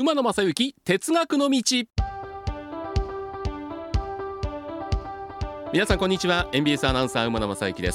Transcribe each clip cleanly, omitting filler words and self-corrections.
馬野正幸哲学の道。皆さんこんにちは。 NBS アナウンサー馬野正幸です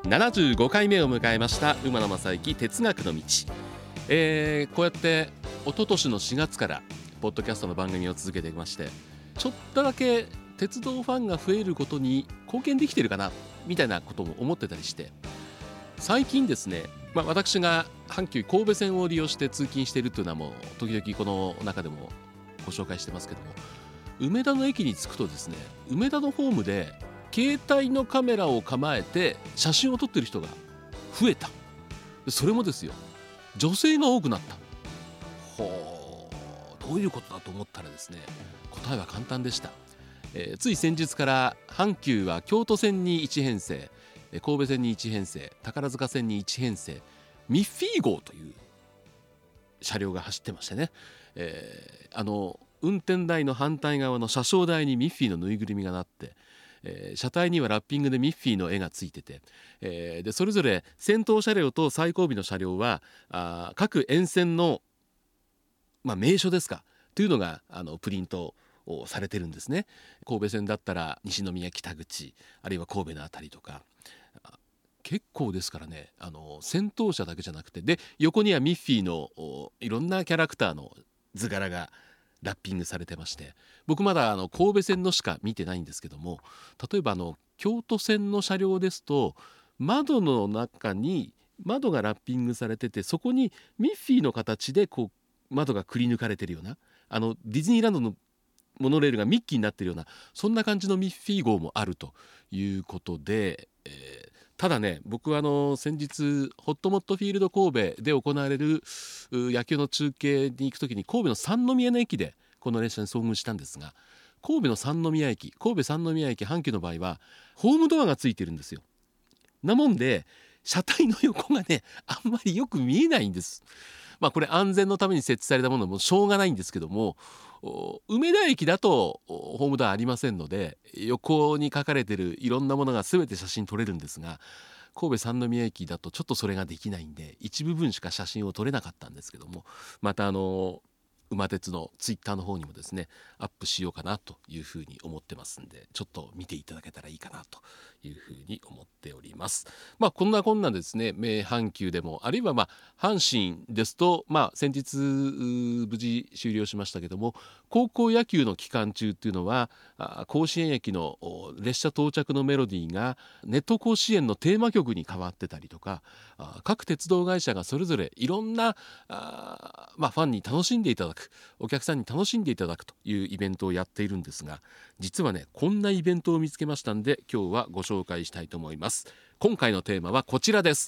。75回目を迎えました馬野正幸哲学の道。こうやって一昨年の4月からポッドキャストの番組を続けていまして、ちょっとだけ鉄道ファンが増えることに貢献できているかなみたいなことも思ってたりして、最近ですね、私が阪急神戸線を利用して通勤しているというのはもう時々この中でもご紹介してますけども、梅田の駅に着くとですね、梅田のホームで携帯のカメラを構えて写真を撮っている人が増えた。それもですよ、女性が多くなった。どういうことだと思ったらですね、答えは簡単でした。つい先日から阪急は京都線に1編成、神戸線に1編成、宝塚線に1編成、ミッフィー号という車両が走ってましてね、運転台の反対側の車掌台にミッフィーのぬいぐるみがなって、車体にはラッピングでミッフィーの絵がついてて、でそれぞれ先頭車両と最後尾の車両は各沿線の、名所ですかというのがプリントをされてるんですね。神戸線だったら西宮北口、あるいは神戸のあたりとか、結構ですからね、先頭車だけじゃなくて、で横にはミッフィーのいろんなキャラクターの図柄がラッピングされてまして、僕まだ神戸線のしか見てないんですけども、例えば京都線の車両ですと窓の中に窓がラッピングされてて、そこにミッフィーの形でこう窓がくり抜かれてるような、ディズニーランドのモノレールがミッキーになってるような、そんな感じのミッフィー号もあるということで、ただね、僕は先日ホットモットフィールド神戸で行われる野球の中継に行くときに神戸の三宮の駅でこの列車に遭遇したんですが、神戸三宮駅阪急の場合はホームドアがついてるんですよ。なもんで車体の横がね、あんまりよく見えないんです。これ安全のために設置されたものもしょうがないんですけども、梅田駅だとホームドアありませんので、横に書かれてるいろんなものが全て写真撮れるんですが、神戸三宮駅だとちょっとそれができないんで、一部分しか写真を撮れなかったんですけども、また馬鉄のツイッターの方にもですねアップしようかなというふうに思ってますんで、ちょっと見ていただけたらいいかなというふうに思っております。こんなですね、阪急でも、あるいは阪神ですと、先日無事終了しましたけども、高校野球の期間中っていうのは甲子園駅の列車到着のメロディーがネット甲子園のテーマ曲に変わってたりとか、各鉄道会社がそれぞれいろんなファンに楽しんでいただく、お客さんに楽しんでいただくというイベントをやっているんですが、実はね、こんなイベントを見つけましたんで今日はご紹介したいと思います。今回のテーマはこちらです。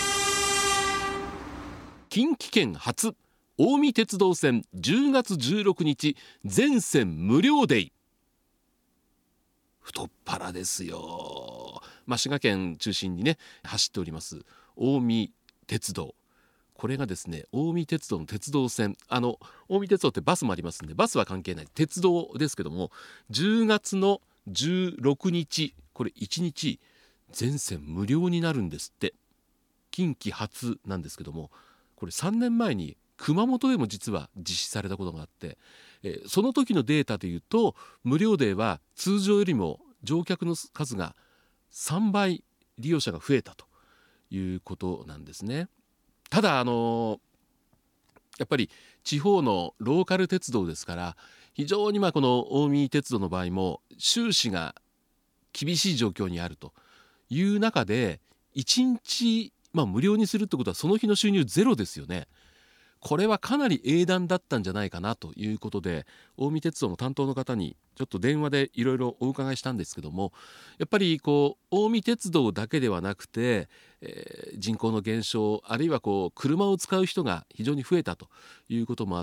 近畿圏初近江鉄道線10月16日全線無料デイ。太っ腹ですよ。滋賀県中心にね走っております近江鉄道、これがですね、近江鉄道の鉄道線、近江鉄道ってバスもありますんで、バスは関係ない鉄道ですけども、10月の16日、これ1日全線無料になるんですって。近畿初なんですけども、これ3年前に熊本でも実は実施されたことがあって、その時のデータでいうと無料デーは通常よりも乗客の数が3倍利用者が増えたということなんですね。ただやっぱり地方のローカル鉄道ですから、非常にこの近江鉄道の場合も収支が厳しい状況にあるという中で、1日、無料にするってことはその日の収入ゼロですよね。これはかなり英断だったんじゃないかなということで、近江鉄道の担当の方にちょっと電話でいろいろお伺いしたんですけども、やっぱり近江鉄道だけではなくて、人口の減少、あるいは車を使う人が非常に増えたということもあって、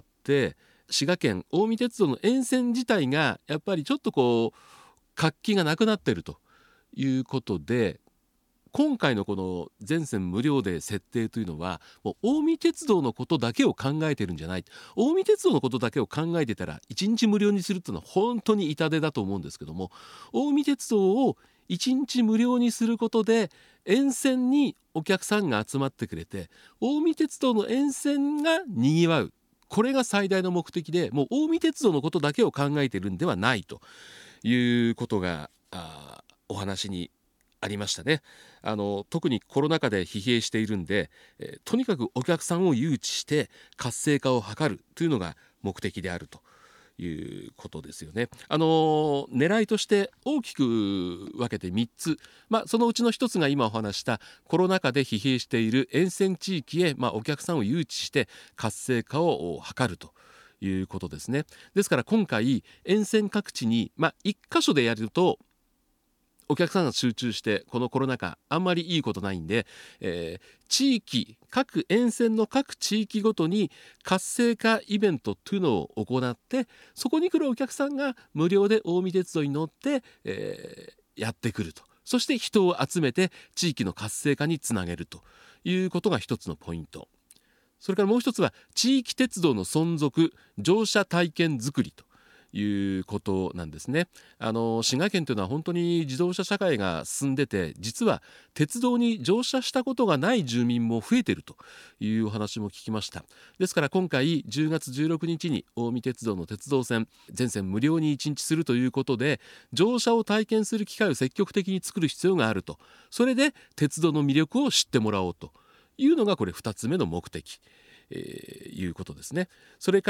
滋賀県近江鉄道の沿線自体がやっぱりちょっと活気がなくなっているということで、今回のこの全線無料で設定というのはもう近江鉄道のことだけを考えてるんじゃない、近江鉄道のことだけを考えてたら1日無料にするっていうのは本当に痛手だと思うんですけども、近江鉄道を1日無料にすることで沿線にお客さんが集まってくれて、近江鉄道の沿線がにぎわう、 これが最大の目的で、もう近江鉄道のことだけを考えているんではないということがお話にありましたね。特にコロナ禍で疲弊しているんで、とにかくお客さんを誘致して活性化を図るというのが目的であるということですよね。狙いとして大きく分けて3つ、そのうちの1つが今お話したコロナ禍で疲弊している沿線地域へ、お客さんを誘致して活性化を図るということですね。ですから今回沿線各地に、1箇所でやるとお客さんが集中してこのコロナ禍あんまりいいことないんで、地域各沿線の各地域ごとに活性化イベントというのを行って、そこに来るお客さんが無料で近江鉄道に乗って、やってくると。そして人を集めて地域の活性化につなげるということが一つのポイント。それからもう一つは地域鉄道の存続乗車体験づくりということなんですね。滋賀県というのは本当に自動車社会が進んでて、実は鉄道に乗車したことがない住民も増えているというお話も聞きました。ですから今回10月16日に近江鉄道の鉄道線全線無料に1日するということで、乗車を体験する機会を積極的に作る必要があると。それで鉄道の魅力を知ってもらおうというのがこれ2つ目の目的、いうことですね。それから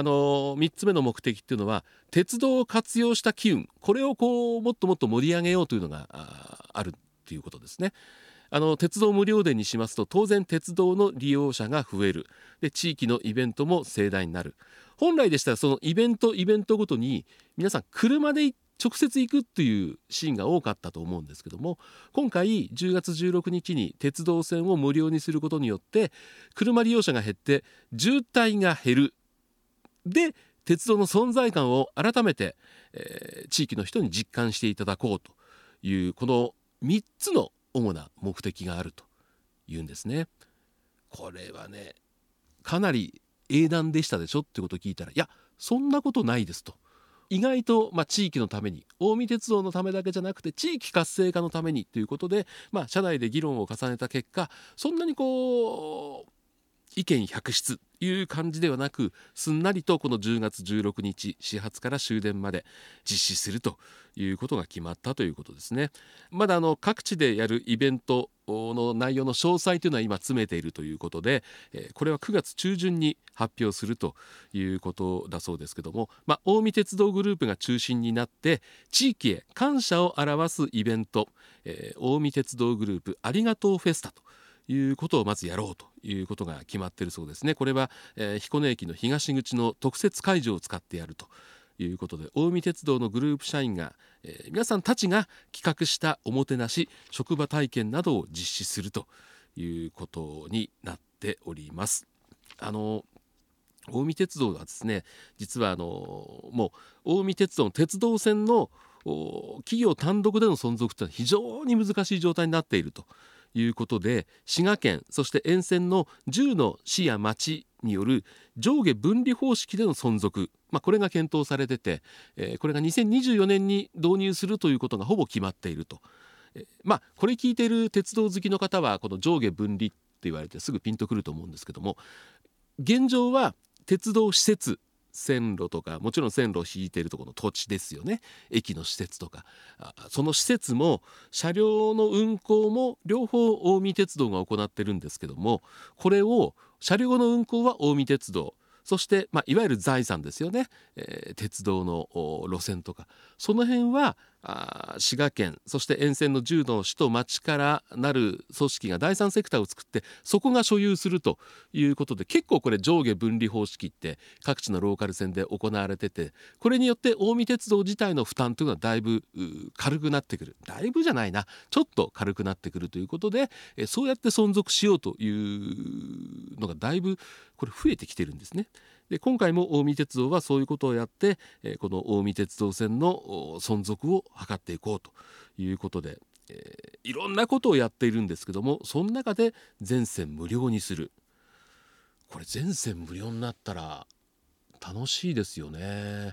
、3つ目の目的っていうのは鉄道を活用した機運、これをもっともっと盛り上げようというのがあるということですね。鉄道無料電にしますと当然鉄道の利用者が増える。で地域のイベントも盛大になる。本来でしたらそのイベントごとに皆さん車で直接行くっていうシーンが多かったと思うんですけども、今回10月16日に鉄道線を無料にすることによって車利用者が減って渋滞が減る。で鉄道の存在感を改めて、地域の人に実感していただこうというこの3つの主な目的があるというんですね。これはねかなり英断でしたでしょってことを聞いたら、いやそんなことないですと。意外と、地域のために近江鉄道のためだけじゃなくて地域活性化のためにということで、社内で議論を重ねた結果、そんなに意見百出という感じではなく、すんなりとこの10月16日始発から終電まで実施するということが決まったということですね。まだ各地でやるイベントの内容の詳細というのは今詰めているということで、これは9月中旬に発表するということだそうですけども、近江鉄道グループが中心になって地域へ感謝を表すイベント、近江鉄道グループありがとうフェスタということをまずやろうということが決まっているそうですね。これは、彦根駅の東口の特設会場を使ってやるということで、近江鉄道のグループ社員が、皆さんたちが企画したおもてなし職場体験などを実施するということになっております。近江鉄道はですね、実はもう近江鉄道の鉄道線の企業単独での存続というのは非常に難しい状態になっているということで、滋賀県そして沿線の10の市や町による上下分離方式での存続、これが検討されてて、これが2024年に導入するということがほぼ決まっていると。これ聞いている鉄道好きの方はこの上下分離って言われてすぐピンとくると思うんですけども、現状は鉄道施設、線路とかもちろん線路を引いているところの土地ですよね。駅の施設とかその施設も車両の運行も両方近江鉄道が行ってるんですけども、これを車両の運行は近江鉄道、そして、いわゆる財産ですよね、鉄道の路線とかその辺は滋賀県そして沿線の10の市と町からなる組織が第三セクターを作ってそこが所有するということで、結構これ上下分離方式って各地のローカル線で行われてて、これによって近江鉄道自体の負担というのはだいぶ軽くなってくる、だいぶじゃないなちょっと軽くなってくるということで、そうやって存続しようというのがだいぶこれ増えてきてるんですね。で今回も近江鉄道はそういうことをやって、この近江鉄道線の存続を図っていこうということで、いろんなことをやっているんですけども、その中で全線無料にする。これ全線無料になったら楽しいですよね。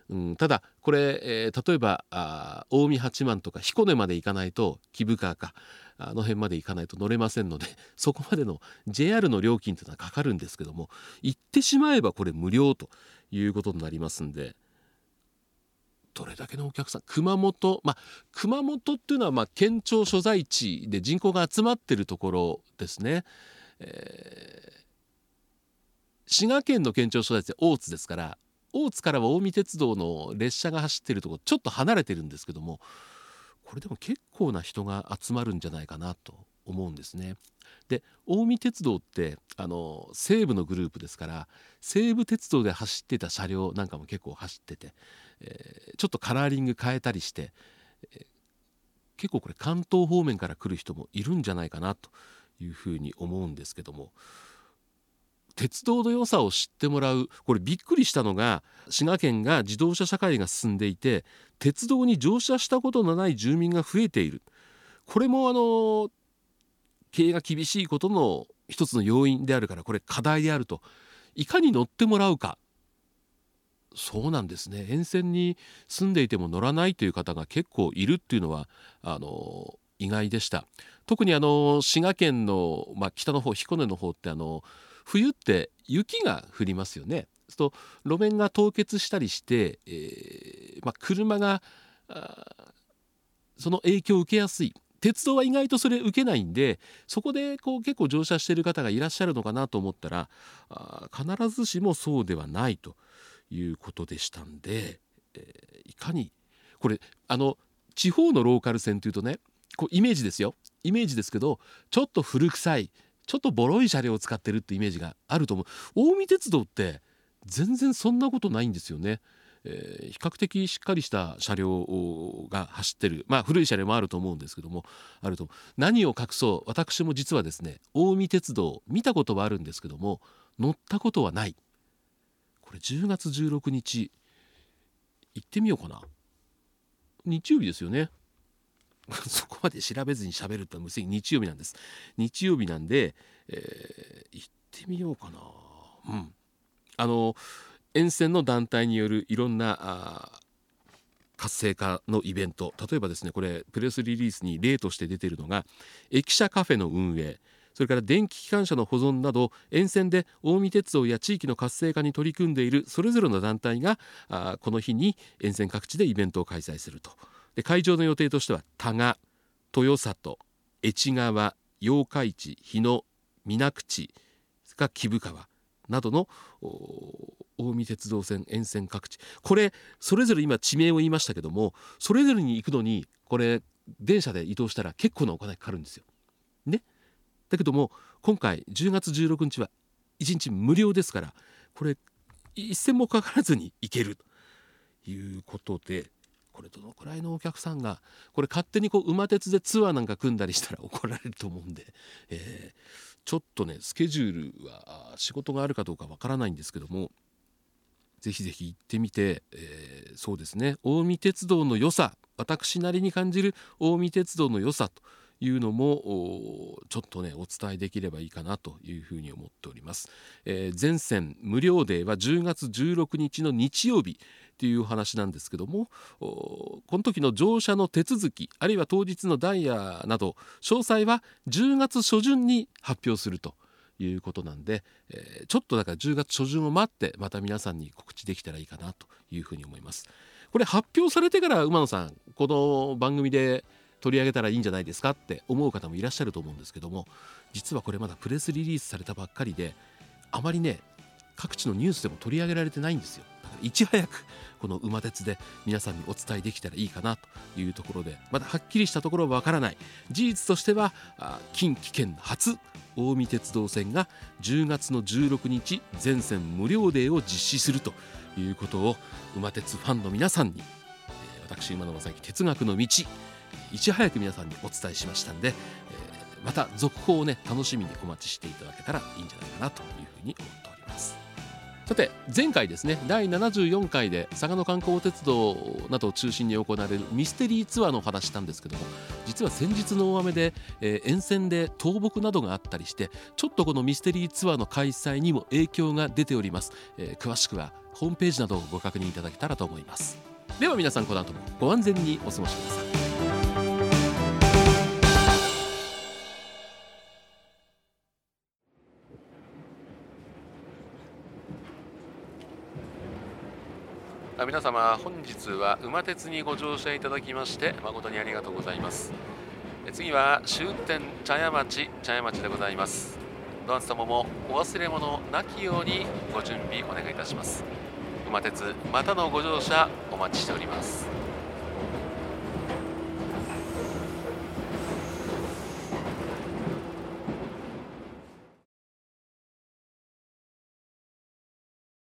ただこれ、例えば近江八幡とか彦根まで行かないと、貴生川かあの辺まで行かないと乗れませんので、そこまでの JR の料金というのはかかるんですけども、行ってしまえばこれ無料ということになりますんで、どれだけのお客さん、熊本っていうのは県庁所在地で人口が集まっているところですね。滋賀県の県庁所在地で大津ですから、大津からは近江鉄道の列車が走っているところちょっと離れてるんですけども、これでも結構な人が集まるんじゃないかなと思うんですね。で、近江鉄道って西武のグループですから、西武鉄道で走ってた車両なんかも結構走ってて、ちょっとカラーリング変えたりして、結構これ関東方面から来る人もいるんじゃないかなというふうに思うんですけども、鉄道の良さを知ってもらう、これびっくりしたのが、滋賀県が自動車社会が進んでいて、鉄道に乗車したことのない住民が増えている。これも経営が厳しいことの一つの要因であるから、これ課題であると。いかに乗ってもらうか。そうなんですね。沿線に住んでいても乗らないという方が結構いるっていうのは意外でした。特に滋賀県の、北の方、彦根の方って冬って雪が降りますよね。そうすると路面が凍結したりして、車がその影響を受けやすい。鉄道は意外とそれ受けないんで、そこで結構乗車している方がいらっしゃるのかなと思ったら、必ずしもそうではないということでしたんで、いかにこれ地方のローカル線というとね、イメージですよ、イメージですけど、ちょっと古臭い、ちょっとボロい車両を使ってるってイメージがあると思う。近江鉄道って全然そんなことないんですよね。比較的しっかりした車両が走ってる、古い車両もあると思うんですけども、何を隠そう、私も実はですね、近江鉄道見たことはあるんですけども、乗ったことはない。これ10月16日行ってみようかな。日曜日ですよね。そこまで調べずに喋るってむせに日曜日なんです。日曜日なんで、行ってみようかな。沿線の団体によるいろんな活性化のイベント、例えばですね、これプレスリリースに例として出ているのが駅舎カフェの運営、それから電気機関車の保存など、沿線で近江鉄道や地域の活性化に取り組んでいるそれぞれの団体がこの日に沿線各地でイベントを開催すると。で、会場の予定としては多賀、豊里、越川、八日市、日野、水口、貴生川などの近江鉄道線沿線各地、これそれぞれ今地名を言いましたけども、それぞれに行くのにこれ電車で移動したら結構なお金かかるんですよね。だけども今回10月16日は1日無料ですから、これ一銭もかからずに行けるということで、これどのくらいのお客さんが、これ勝手に馬鉄でツアーなんか組んだりしたら怒られると思うんで、ちょっとねスケジュールは仕事があるかどうかわからないんですけども、ぜひぜひ行ってみて、そうですね、近江鉄道の良さ、私なりに感じる近江鉄道の良さというのもちょっとねお伝えできればいいかなというふうに思っております。全線無料デーは10月16日の日曜日という話なんですけども、この時の乗車の手続き、あるいは当日のダイヤなど詳細は10月初旬に発表するということなんで、ちょっとだから10月初旬を待ってまた皆さんに告知できたらいいかなというふうに思います。これ発表されてから馬野さんこの番組で取り上げたらいいんじゃないですかって思う方もいらっしゃると思うんですけども、実はこれまだプレスリリースされたばっかりで、あまりね各地のニュースでも取り上げられてないんですよ。だからいち早くこの馬鉄で皆さんにお伝えできたらいいかなというところで、まだはっきりしたところはわからない。事実としては近畿圏初近江鉄道線が10月の16日全線無料デーを実施するということを馬鉄ファンの皆さんに、私馬野正幸哲学の道いち早く皆さんにお伝えしましたんで、また続報をね楽しみにお待ちしていただけたらいいんじゃないかなというふうに思っております。さて前回ですね、第74回で佐賀の観光鉄道などを中心に行われるミステリーツアーのお話したんですけども、実は先日の大雨で、沿線で倒木などがあったりして、ちょっとこのミステリーツアーの開催にも影響が出ております。詳しくはホームページなどをご確認いただけたらと思います。では皆さん、この後もご安全にお過ごしください。皆様、本日は馬鉄にご乗車いただきまして誠にありがとうございます。次は終点茶屋町でございます。どなた様もお忘れ物なきようにご準備お願いいたします。馬鉄またのご乗車お待ちしております。